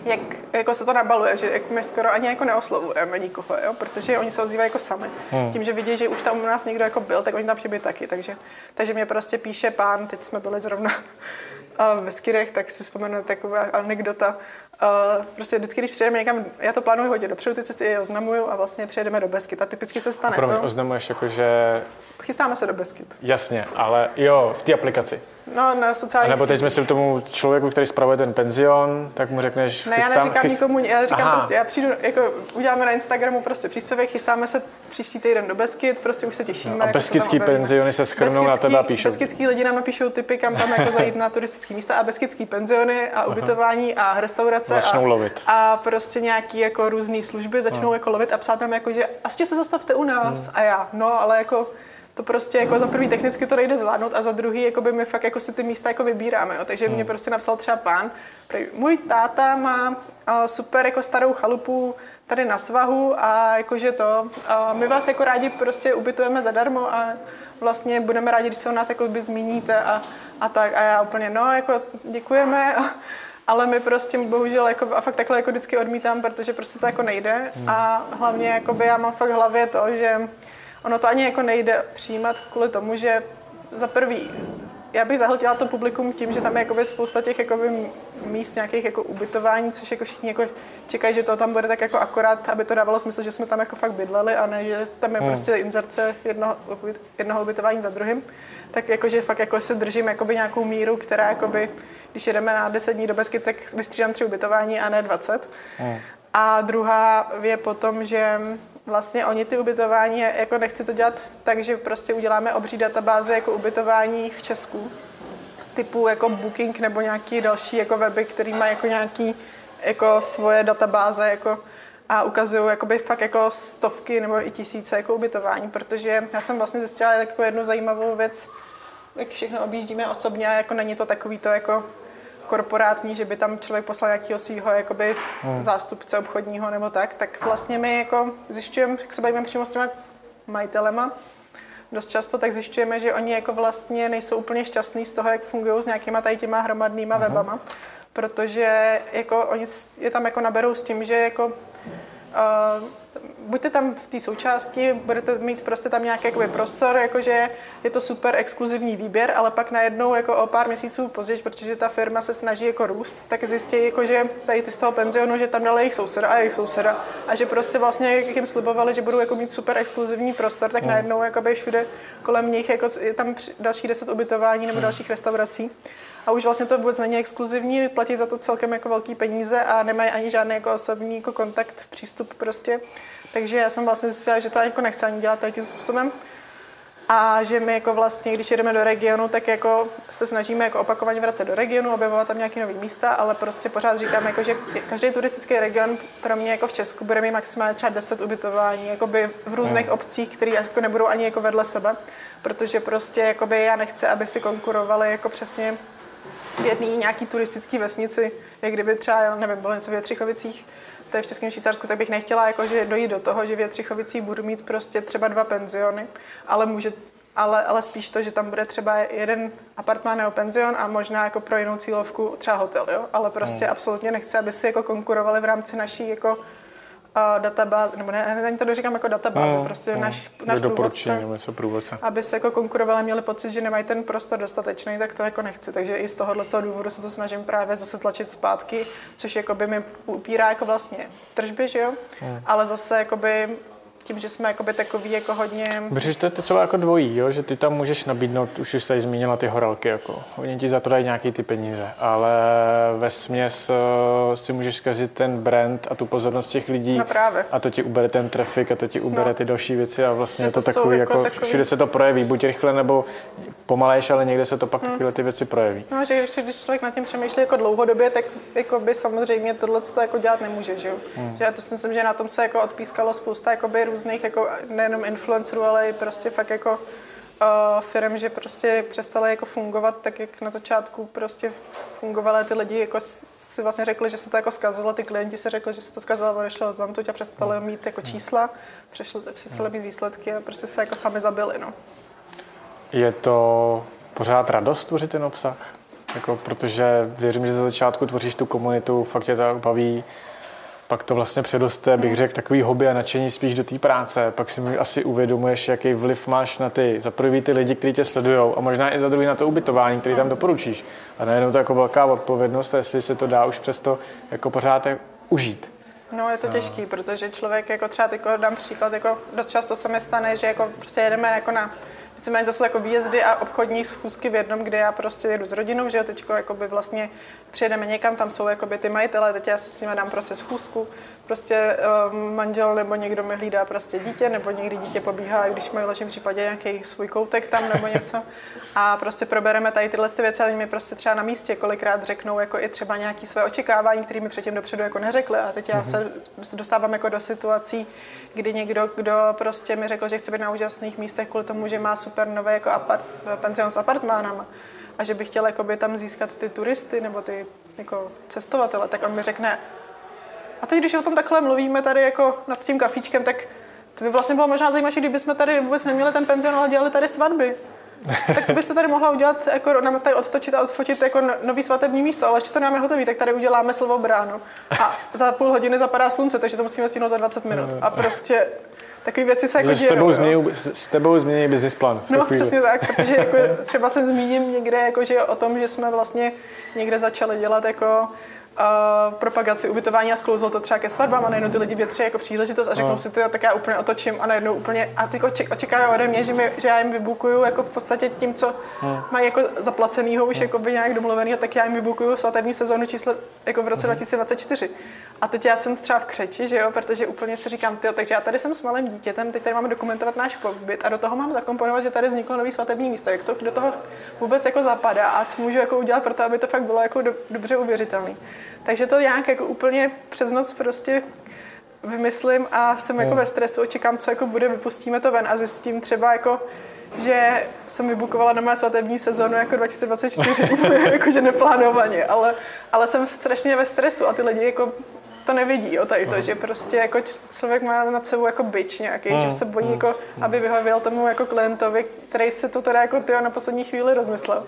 jak jako se to nabaluje, že jako my skoro ani jako neoslovujeme nikoho, jo? Protože oni se ozývají jako sami. Hmm. Tím, že vidí, že už tam u nás někdo jako byl, tak oni tam chtějí taky. Takže, takže mě prostě píše pán, teď jsme byli zrovna ve Skyrech, tak si vzpomenu taková anekdota. Uh, prostě vždycky, když přijedeme někam, já to plánuji hodně dopředu, ty cesty je oznamuju a vlastně přijedeme do Beskyd. A typicky se stane Promiň, to. oznamuješ jako, že... Chystáme se do Beskyd. Jasně, ale jo, v té aplikaci. No, na sociálních. A nebo teď sítích. myslím tomu člověku, který spravuje ten penzion, tak mu řekneš, Ne, chystám, já neříkám chyst... nikomu, já říkám Aha. prostě, já přijdu, jako uděláme na Instagramu prostě příspěvek, chystáme se příští týden do Beskyd, prostě už se těšíme. No, a jako beskydský penziony se schrnou na tebe a píšou. Beskydský lidi nám napíšou tipy, kam tam jako zajít na turistické místa a beskydský penziony a ubytování a restaurace. Začnou a, lovit. A prostě nějaký jako různý služby začnou no. jako lovit a psát tam jako, že asi se zastavte u nás. Hmm. A já, no, ale jako to prostě jako za prvý technicky to nejde zvládnout a za druhý jako by my fakt jako si ty místa jako vybíráme, jo. Takže hmm. mě prostě napsal třeba pán, můj táta má uh, super jako starou chalupu tady na svahu a jakože to, uh, my vás jako rádi prostě ubytujeme zadarmo a vlastně budeme rádi, když se o nás jako by zmíníte a, a tak a já úplně no jako děkujeme a, ale my prostě bohužel jako, a fakt takhle jako vždycky odmítám, protože prostě to jako nejde a hlavně jakoby já mám fakt v hlavě to, že ono to ani jako nejde přijímat kvůli tomu, že za prvý, já bych zahltila to publikum tím, že tam je jakoby spousta těch jakoby míst nějakých jako ubytování, což jako všichni jako čekají, že to tam bude tak jako akorát, aby to dávalo smysl, že jsme tam jako fakt bydleli a ne, že tam je hmm. prostě inzerce jednoho, jednoho ubytování za druhým. Tak jakože fakt jako se držím jakoby nějakou míru, která jakoby, když jedeme na deset dní do Beskyt, tak vystřídám tři ubytování a ne dvacet. Hmm. A druhá je potom, že vlastně oni ty ubytování, jako nechci to dělat tak, že prostě uděláme obří databáze jako ubytování v Česku, typu jako Booking nebo nějaký další jako weby, který má jako nějaký jako svoje databáze jako a ukazují jakoby fakt jako stovky nebo i tisíce jako ubytování, protože já jsem vlastně zjistila jako jednu zajímavou věc, jak všechno objíždíme osobně a jako není to takový to jako korporátní, že by tam člověk poslal nějakého svého jakoby hmm. zástupce obchodního nebo tak, tak vlastně my jako zjišťujeme, jak se bavíme přímo s těma majitelema, dost často tak zjišťujeme, že oni jako vlastně nejsou úplně šťastní z toho, jak fungují s nějakýma tady těma hromadnýma hmm. webama, protože jako oni je tam jako naberou s tím, že jako uh, buďte tam v té součásti, budete mít prostě tam nějaký jakoby prostor, jakože je to super exkluzivní výběr, ale pak najednou jako o pár měsíců později, protože ta firma se snaží jako růst, tak zjistí, jako, že tady ty z toho penzionu, že tam dali jejich souseda a jejich souseda a že prostě vlastně jak jim slibovali, že budou jako mít super exkluzivní prostor, tak najednou jakoby všude kolem nich jako je tam dalších deset ubytování nebo dalších restaurací. A už vlastně to vůbec není exkluzivní, platí za to celkem jako velký peníze a nemají ani žádný jako osobní jako kontakt, přístup prostě. Takže já jsem vlastně zjistila, že to jako nechci ani dělat tím způsobem. A že my jako vlastně, když jedeme do regionu, tak jako se snažíme jako opakovaně vracet do regionu, objevovat tam nějaké nové místa, ale prostě pořád říkám, jako, že každý turistický region pro mě jako v Česku bude mít maximálně třeba deset ubytování jakoby v různých hmm. obcích, které jako nebudou ani jako vedle sebe, protože prostě jakoby já nechci, aby si konkurovali jako přesně v jedné nějaký turistické vesnici, jak kdyby třeba, já nevím, bylo něco v Větřichovicích, to je v Českém Švýcarsku, tak bych nechtěla jako, že dojít do toho, že v Větřichovicích budu mít prostě třeba dva penziony, ale, může, ale, ale spíš to, že tam bude třeba jeden apartmán nebo penzion a možná jako pro jinou cílovku třeba hotel, jo? Ale prostě hmm. absolutně nechci, aby si jako konkurovali v rámci naší jako uh, databáze, nebo ne, ani to doříkám jako databáze, hmm. prostě hmm. náš, náš průvodce, průvodce, aby se jako konkurovali, měli pocit, že nemají ten prostor dostatečný, tak to jako nechci. Takže i z tohohle důvodu se to snažím právě zase tlačit zpátky, což jakoby mi upírá jako vlastně tržby, že jo? Hmm. Ale zase jakoby tím, že jsme jakoby takový jako hodně... Protože to je to třeba jako dvojí, jo? Že ty tam můžeš nabídnout, už jsi tady zmínila ty horálky, jako. Oni ti za to dají nějaký ty peníze, ale vesměs uh, si můžeš zkazit ten brand a tu pozornost těch lidí. No právě. A to ti ubere ten trafik a to ti ubere no. ty další věci a vlastně je to, to takový, jako, takový... všude se to projeví, buď rychle nebo pomalejš, ale někde se to pak hmm. takové ty věci projeví. No, že když, když člověk nad tím přemýšlí jako dlouhodobě, tak jako by samozřejmě tohle to jako dělat nemůže, že jo. Hmm. Že já to si myslím, že na tom se jako odpískalo spousta jakoby různých jako nejenom influencerů, ale i prostě fakt jako uh, firm, že prostě přestaly jako fungovat tak, jak na začátku prostě fungovaly ty lidi, jako si vlastně řekli, že se to jako zkazilo, ty klienti si řekli, že se to zkazilo, odešlo tam tu a přestali mít jako čísla, přešli, přestali mít výsledky a prostě se jako sami zabili, no. Je to pořád radost tvořit ten obsah? jako, protože věřím, že za začátku tvoříš tu komunitu, fakt tě to baví, pak to vlastně předoste, bych řekl, takový hobby a nadšení spíš do té práce, pak si asi uvědomuješ, jaký vliv máš na ty, za prvý ty lidi, kteří tě sledujou a možná i za druhý na to ubytování, který tam doporučíš. A najednou to jako velká odpovědnost, jestli se to dá už přesto jako pořád užít. No, je to těžký, protože člověk, jako třeba tyko, dám příklad, jako dost často se mi stane, že jako prostě jedeme jako na, víceméně to jsou jako výjezdy a obchodní schůzky v jednom, kde já prostě jedu s rodinou, že jo, teďko jakoby vlastně přijedeme někam, tam jsou jakoby ty majitele, teď já si s nimi dám prostě schůzku, prostě um, manžel nebo někdo mi hlídá prostě dítě, nebo někdy dítě pobíhá, i když mají v lepším případě nějaký svůj koutek tam nebo něco. A prostě probereme tady tyhle ty věci a oni mi prostě třeba na místě kolikrát řeknou jako i třeba nějaké své očekávání, které mi předtím dopředu jako neřekli. A teď já se dostávám jako do situací, kdy někdo, kdo prostě mi řekl, že chce být na úžasných místech kvůli tomu, že má super nové jako apart, penzion s apartmánama a že by chtěl jakoby tam získat ty turisty nebo ty jako cestovatele, tak on mi řekne, a teď, když o tom takhle mluvíme tady jako nad tím kafíčkem, tak to by vlastně bylo možná zajímavé, kdybychom tady vůbec neměli ten penzion, ale dělali tady svatby. Tak byste tady mohla udělat, jako nám tady odtočit a odfotit jako nový svatební místo, ale ještě to nám je hotový, tak tady uděláme silvou bránu. A za půl hodiny zapadá slunce, takže to musíme stihnout za dvacet minut. A prostě takové věci se jako dějou. S tebou změní business plán. No, přesně tak, protože jako třeba se zmíním někde jako, že o tom, že jsme vlastně někde začali dělat jako Uh, propagaci ubytování a sklouzlo to třeba ke svatbám a najednou ty lidi větří jako příležitost a řeknou no. si to, tak já úplně otočím a najednou úplně a ty očekávají ode mě, že, mi, že já jim vybukuju jako v podstatě tím, co no. mají jako zaplacenýho už no. jako by nějak domluvenýho, tak já jim vybukuju svatební sezónu číslo jako v roce dva tisíce dvacet čtyři. A teď já jsem třeba v křeči, že jo, protože úplně si říkám, tyjo, takže já tady jsem s malým dítětem, teď tady máme dokumentovat náš pobyt a do toho mám zakomponovat, že tady vzniklo nový svatební místo, jak to do toho vůbec jako zapadá a co můžu jako udělat pro to, aby to fakt bylo jako do, dobře uvěřitelné. Takže to nějak jako úplně přes noc prostě vymyslím a jsem no. jako ve stresu, čekám, co jako bude, vypustíme to ven a zjistím třeba jako, že jsem vybukovala na mé svatební sezónu jako dva tisíce dvacet čtyři, jakože neplánovaně, ale, ale jsem strašně ve stresu a ty lidi jako to nevidí, jo, tady to, uh-huh. že prostě jako člověk má nad sebou jako bič nějaký, uh-huh. že se bojí, jako, aby vyhověl tomu jako klientovi, který se to teda jako tyjo, na poslední chvíli rozmyslel.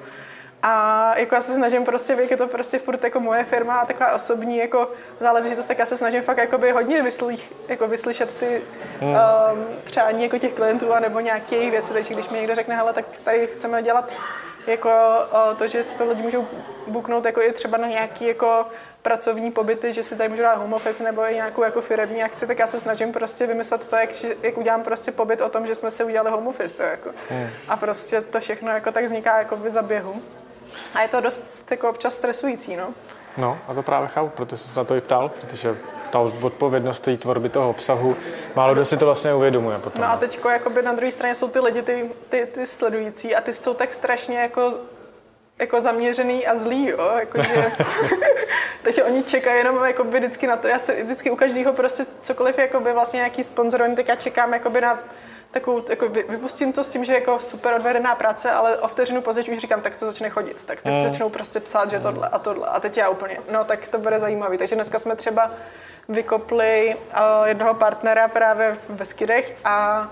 A jako já se snažím prostě, jak je to prostě furt jako moje firma a taková osobní jako záležitost, tak já se snažím fakt jakoby hodně vyslých, jako vyslyšet ty mm. um, přání jako těch klientů a nebo nějaké jejich věci, takže když mi někdo řekne, hele, tak tady chceme dělat jako uh, to, že si to lidi můžou booknout jako i třeba na nějaký jako pracovní pobyty, že si tady můžu dát home office nebo i nějakou jako firemní akci, tak já se snažím prostě vymyslet to, jak, jak udělám prostě pobyt o tom, že jsme si udělali home office jako. Mm. A prostě to všechno jako tak vzniká jako v zaběhu. A je to dost jako občas stresující, no. No, a to právě chápu, protože jsem se na to i ptal, protože ta odpovědnost té tvorby toho obsahu, málo kdo si to vlastně uvědomuje potom. No a teďko jakoby na druhé straně jsou ty lidi, ty, ty, ty sledující a ty jsou tak strašně jako, jako zaměřený a zlý, jo, jakože, takže oni čekají jenom jakoby vždycky na to, já se vždycky u každého prostě cokoliv jakoby vlastně nějaký sponzor, oni teď já čekám jakoby na takovou, jako vypustím to s tím, že jako super odvedená práce, ale o vteřinu později už říkám, tak to začne chodit, tak teď mm. začnou prostě psát, že tohle a tohle a teď já úplně, no tak to bude zajímavý, takže dneska jsme třeba vykopli uh, jednoho partnera právě v Beskydech a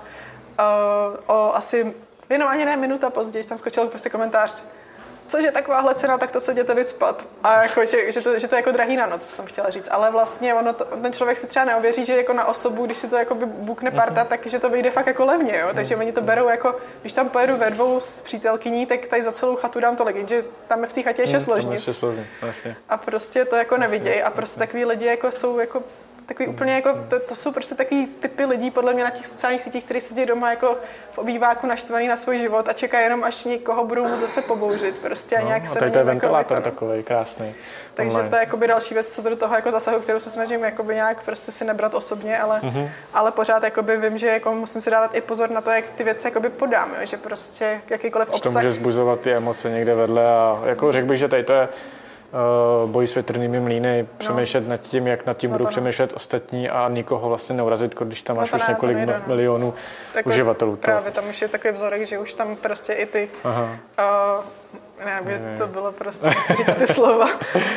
uh, o asi, jenom ani ne minuta později, tam skočil prostě komentář, cože takováhle cena, tak to se jděte vycpat. A jako, že, že, to, že to je jako drahý na noc, jsem chtěla říct. Ale vlastně ono to, ten člověk si třeba neověří, že jako na osobu, když si to jako bookne parta, takže to vyjde fakt jako levně, jo. Takže oni to berou jako, když tam pojedu ve dvou s přítelkyní, tak tady za celou chatu dám tolik, že tam je v té chatě šest ložnic. A prostě to jako nevidějí. A prostě takový lidi jako jsou jako takový úplně jako, to, to jsou prostě takový typy lidí podle mě na těch sociálních sítích, kteří sedí doma jako v obýváku naštvaný na svůj život a čekají jenom, až někoho budou moct zase pobouřit prostě a nějak no, se a tady to je ventilátor jako takový krásný. Takže online. To je jakoby další věc, co do toho jako zasahu, kterou se snažím jakoby nějak prostě si nebrat osobně, ale, mm-hmm. ale pořád jakoby vím, že jako musím si dávat i pozor na to, jak ty věci jakoby podám, jo? Že prostě jakýkoliv obsah. To může zbuzovat ty emoce někde vedle a jako řekl bych, že tady to je Uh, boj s větrnými mlýny, no. Přemýšlet nad tím, jak nad tím no budou no. přemýšlet ostatní a nikoho vlastně neurazit, když tam máš no už ne, několik nejde, no. milionů takový, uživatelů. Právě tam už je takový vzorek, že už tam prostě i ty, uh, nevím, ne. to bylo prostě, nechci říkat ty slova.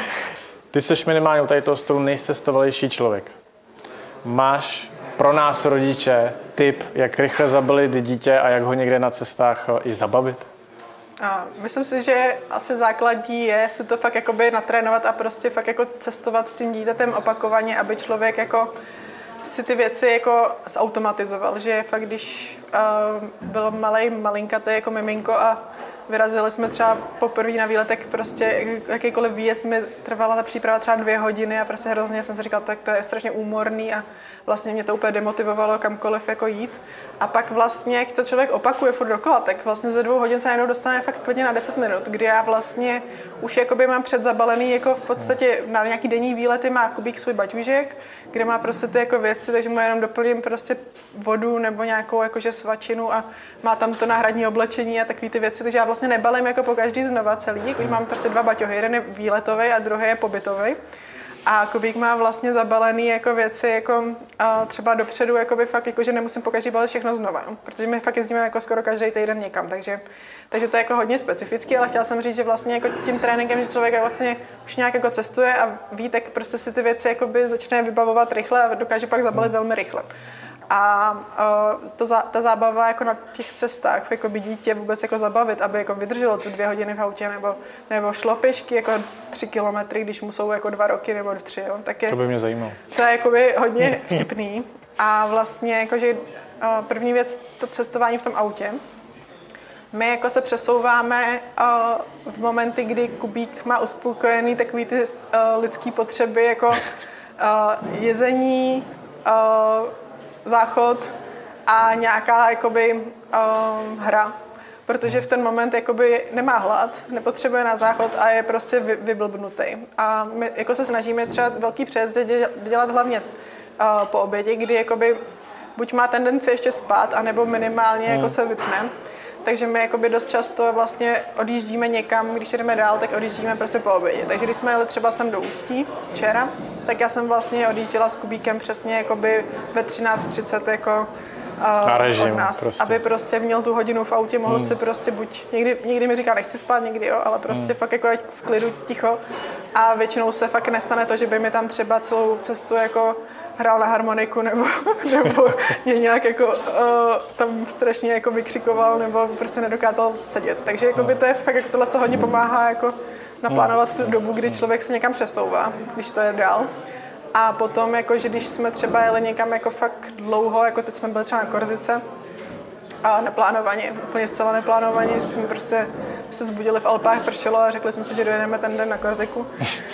Ty seš minimálně u tady toho stolu nejcestovalejší člověk. Máš pro nás rodiče tip, jak rychle zabavit dítě a jak ho někde na cestách i zabavit? A myslím si, že asi základní je si to fakt jakoby natrénovat a prostě fakt jako cestovat s tím dítětem opakovaně, aby člověk jako si ty věci jako zautomatizoval, že fakt když uh, byl malej, malinkatý jako miminko a vyrazili jsme třeba poprvé na výletek, prostě jakýkoliv výjezd mi trvala ta příprava třeba dvě hodiny a prostě hrozně jsem si říkala, tak to je strašně úmorný a vlastně mě to úplně demotivovalo kamkoliv jako jít. A pak vlastně, jak to člověk opakuje furt dokola, tak vlastně ze dvou hodin se najednou dostane fakt klidně na deset minut, kdy já vlastně už jakoby mám předzabalený jako v podstatě na nějaký denní výlety má Kubík svůj baťůžek, kde má prostě ty jako věci, takže mu jenom doplním prostě vodu nebo nějakou jakože svačinu a má tam to náhradní oblečení a takové ty věci, takže já vlastně nebalím jako po každý znova celý, jako mám prostě dva baťohy, jeden je výletový a druhý je pobytový. A Kubík má vlastně zabalený jako věci jako a třeba dopředu, jakoby fakt, jako, že nemusím po každý balit všechno znova, protože my fakt jezdíme jako skoro každý týden někam, takže, takže to je jako hodně specifický, ale chtěla jsem říct, že vlastně jako tím tréninkem, že člověk vlastně už nějak jako cestuje a ví, tak prostě si ty věci jakoby začne vybavovat rychle a dokáže pak zabalit velmi rychle. A uh, to za, ta zábava jako na těch cestách, jako by dítě vůbec jako zabavit, aby jako vydrželo tu dvě hodiny v autě, nebo, nebo šlo pěšky jako tři kilometry, když mu jsou jako dva roky nebo tři, jo, tak je, to by mě zajímalo. To je jakoby hodně vtipný. A vlastně jakože uh, první věc, to cestování v tom autě. My jako se přesouváme uh, v momenty, kdy Kubík má uspokojený takový ty uh, lidský potřeby, jako uh, jezení, uh, záchod a nějaká jakoby, um, hra. Protože v ten moment jakoby nemá hlad, nepotřebuje na záchod a je prostě vy, vyblbnutý. A my jako se snažíme třeba velký přejezdy dělat hlavně uh, po obědě, kdy jakoby buď má tendenci ještě spát, anebo minimálně hmm. jako se vypne. Takže my jakoby dost často vlastně odjíždíme někam, když jdeme dál, tak odjíždíme prostě po obědě. Takže když jsme jeli třeba sem do Ústí včera, tak já jsem vlastně odjížděla s Kubíkem přesně jakoby ve třináct třicet jako uh, režim, od nás, prostě. aby prostě měl tu hodinu v autě, mohl hmm. si prostě buď, někdy, někdy mi říká nechci spát, někdy jo, ale prostě hmm. fakt jako v klidu, ticho a většinou se fakt nestane to, že by mi tam třeba celou cestu jako hrál na harmoniku nebo, nebo mě nějak jako uh, tam strašně jako vykřikoval nebo prostě nedokázal sedět. Takže jako by to je fakt, jako tohle se hodně pomáhá jako naplánovat tu dobu, kdy člověk se někam přesouvá, když to je dál. A potom, jako, že když jsme třeba jeli někam jako fakt dlouho, jako teď jsme byli třeba na Korzice, a neplánovaně, úplně zcela neplánovaně, že jsme prostě se zbudili v Alpách, pršelo a řekli jsme si, že dojedeme ten den na Korziku.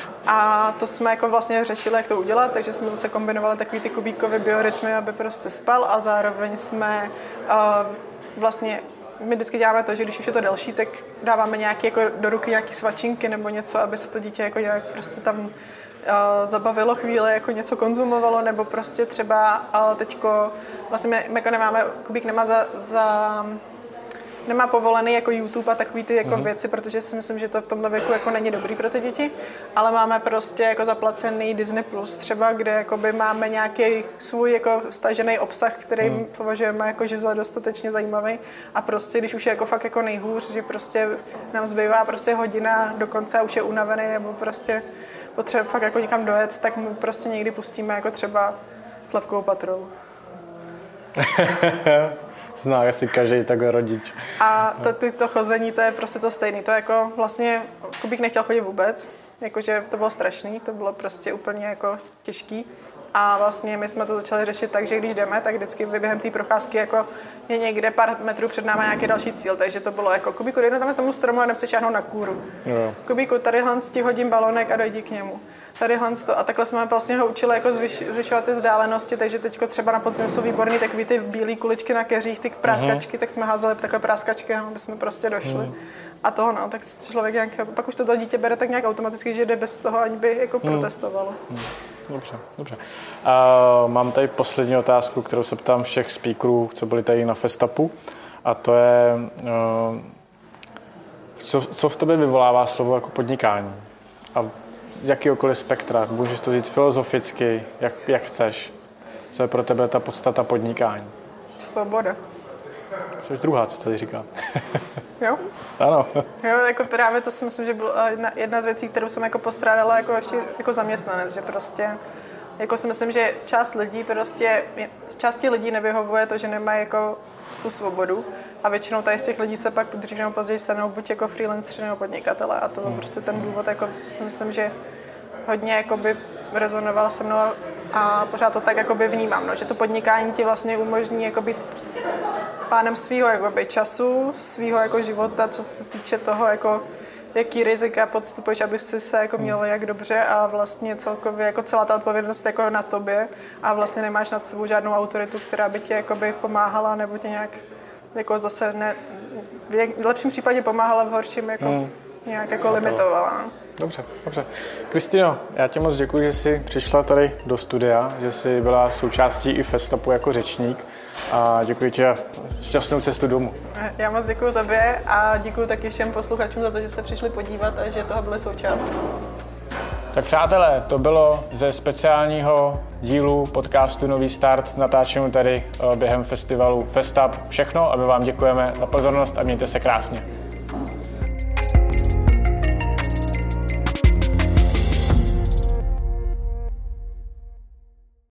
A to jsme jako vlastně řešili, jak to udělat, takže jsme zase kombinovali takový ty Kubíkové biorytmy, aby prostě spal a zároveň jsme uh, vlastně, my vždycky děláme to, že když už je to delší, tak dáváme nějaký, jako do ruky nějaký svačinky nebo něco, aby se to dítě jako nějak prostě tam uh, zabavilo chvíli, jako něco konzumovalo, nebo prostě třeba uh, teďko, vlastně my, my jako nemáme, Kubík nemá za, za nemá povolený jako YouTube a takový ty jako mm-hmm. věci, protože si myslím, že to v tomhle věku jako není dobrý pro ty děti, ale máme prostě jako zaplacený Disney Plus třeba, kde jakoby máme nějaký svůj jako stažený obsah, který mm. považujeme jako, že za dostatečně zajímavý a prostě když už je jako fakt jako nejhůř, že prostě nám zbývá prostě hodina do konce a už je unavený nebo prostě potřebuje fakt jako někam dojet, tak mu prostě někdy pustíme jako třeba Tlapkovou patrolu. Zná asi každý takhle rodič. A to, ty, to chození, to je prostě to stejné. To jako vlastně Kubík nechtěl chodit vůbec, jakože to bylo strašný, to bylo prostě úplně jako těžký. A vlastně my jsme to začali řešit tak, že když jdeme, tak vždycky během té procházky jako je někde pár metrů před námi nějaký další cíl, takže to bylo jako Kubíku, jdeme tam k tomu stromu a jdem si šáhnout na kůru. Jo. Kubíku, tadyhle ti hodím balonek a dojdi k němu. Tadyhle to. A takhle jsme vlastně ho učili jako zvyš, zvyšovat ty vzdálenosti, takže teďko třeba na podzim jsou výborný takový ty bílé kuličky na keřích, ty práskačky, uh-huh. tak jsme házeli takové práskačky, aby jsme prostě došli. Uh-huh. A toho no, tak člověk nějak, pak už to dítě bere tak nějak automaticky, že jde bez toho, ani by jako uh-huh. protestovalo. Uh-huh. Dobře, dobře. Uh, mám tady poslední otázku, kterou se ptám všech speakerů, co byli tady na Festapu, a to je, uh, co, co v tobě vyvolává slovo jako podnikání? A z jakýhokoliv spektra, můžeš to říct filozoficky, jak, jak chceš. Co je pro tebe ta podstata podnikání? Svoboda. Což je druhá, co tady říká. Jo? Ano. Jo, jako právě to si myslím, že byla jedna, jedna z věcí, kterou jsem jako postrádala jako ještě jako zaměstnanec, že prostě jako si myslím, že část lidí prostě, části lidí nevyhovuje to, že nemají jako tu svobodu a většinou tady z těch lidí se pak dřív nebo později stanou buď jako freelanceri nebo podnikatele a to je prostě ten důvod, jako, co si myslím, že hodně jakoby rezonoval se mnou a pořád to tak jakoby vnímám, no, že to podnikání ti vlastně umožní jakoby pánem svýho jakoby času, svýho jako života, co se týče toho, jako jaký rizika podstupuješ, aby si se jako měl jak dobře a vlastně celkově jako celá ta odpovědnost jako na tobě a vlastně nemáš nad sebou žádnou autoritu, která by ti jakoby pomáhala nebo tě nějak jako zase ne, v lepším případě pomáhala, v horším jako hmm. nějak jako limitovala. Dobře, dobře. Kristýno, já ti moc děkuji, že jsi přišla tady do studia, že jsi byla součástí i Festapu jako řečník a děkuji ti a šťastnou cestu domů. Já moc děkuji tobě a děkuji taky všem posluchačům za to, že se přišli podívat a že toho byly součást. Tak přátelé, to bylo ze speciálního dílu podcastu Nový start, natáčenou tady během festivalu Festap všechno a my vám děkujeme za pozornost a mějte se krásně.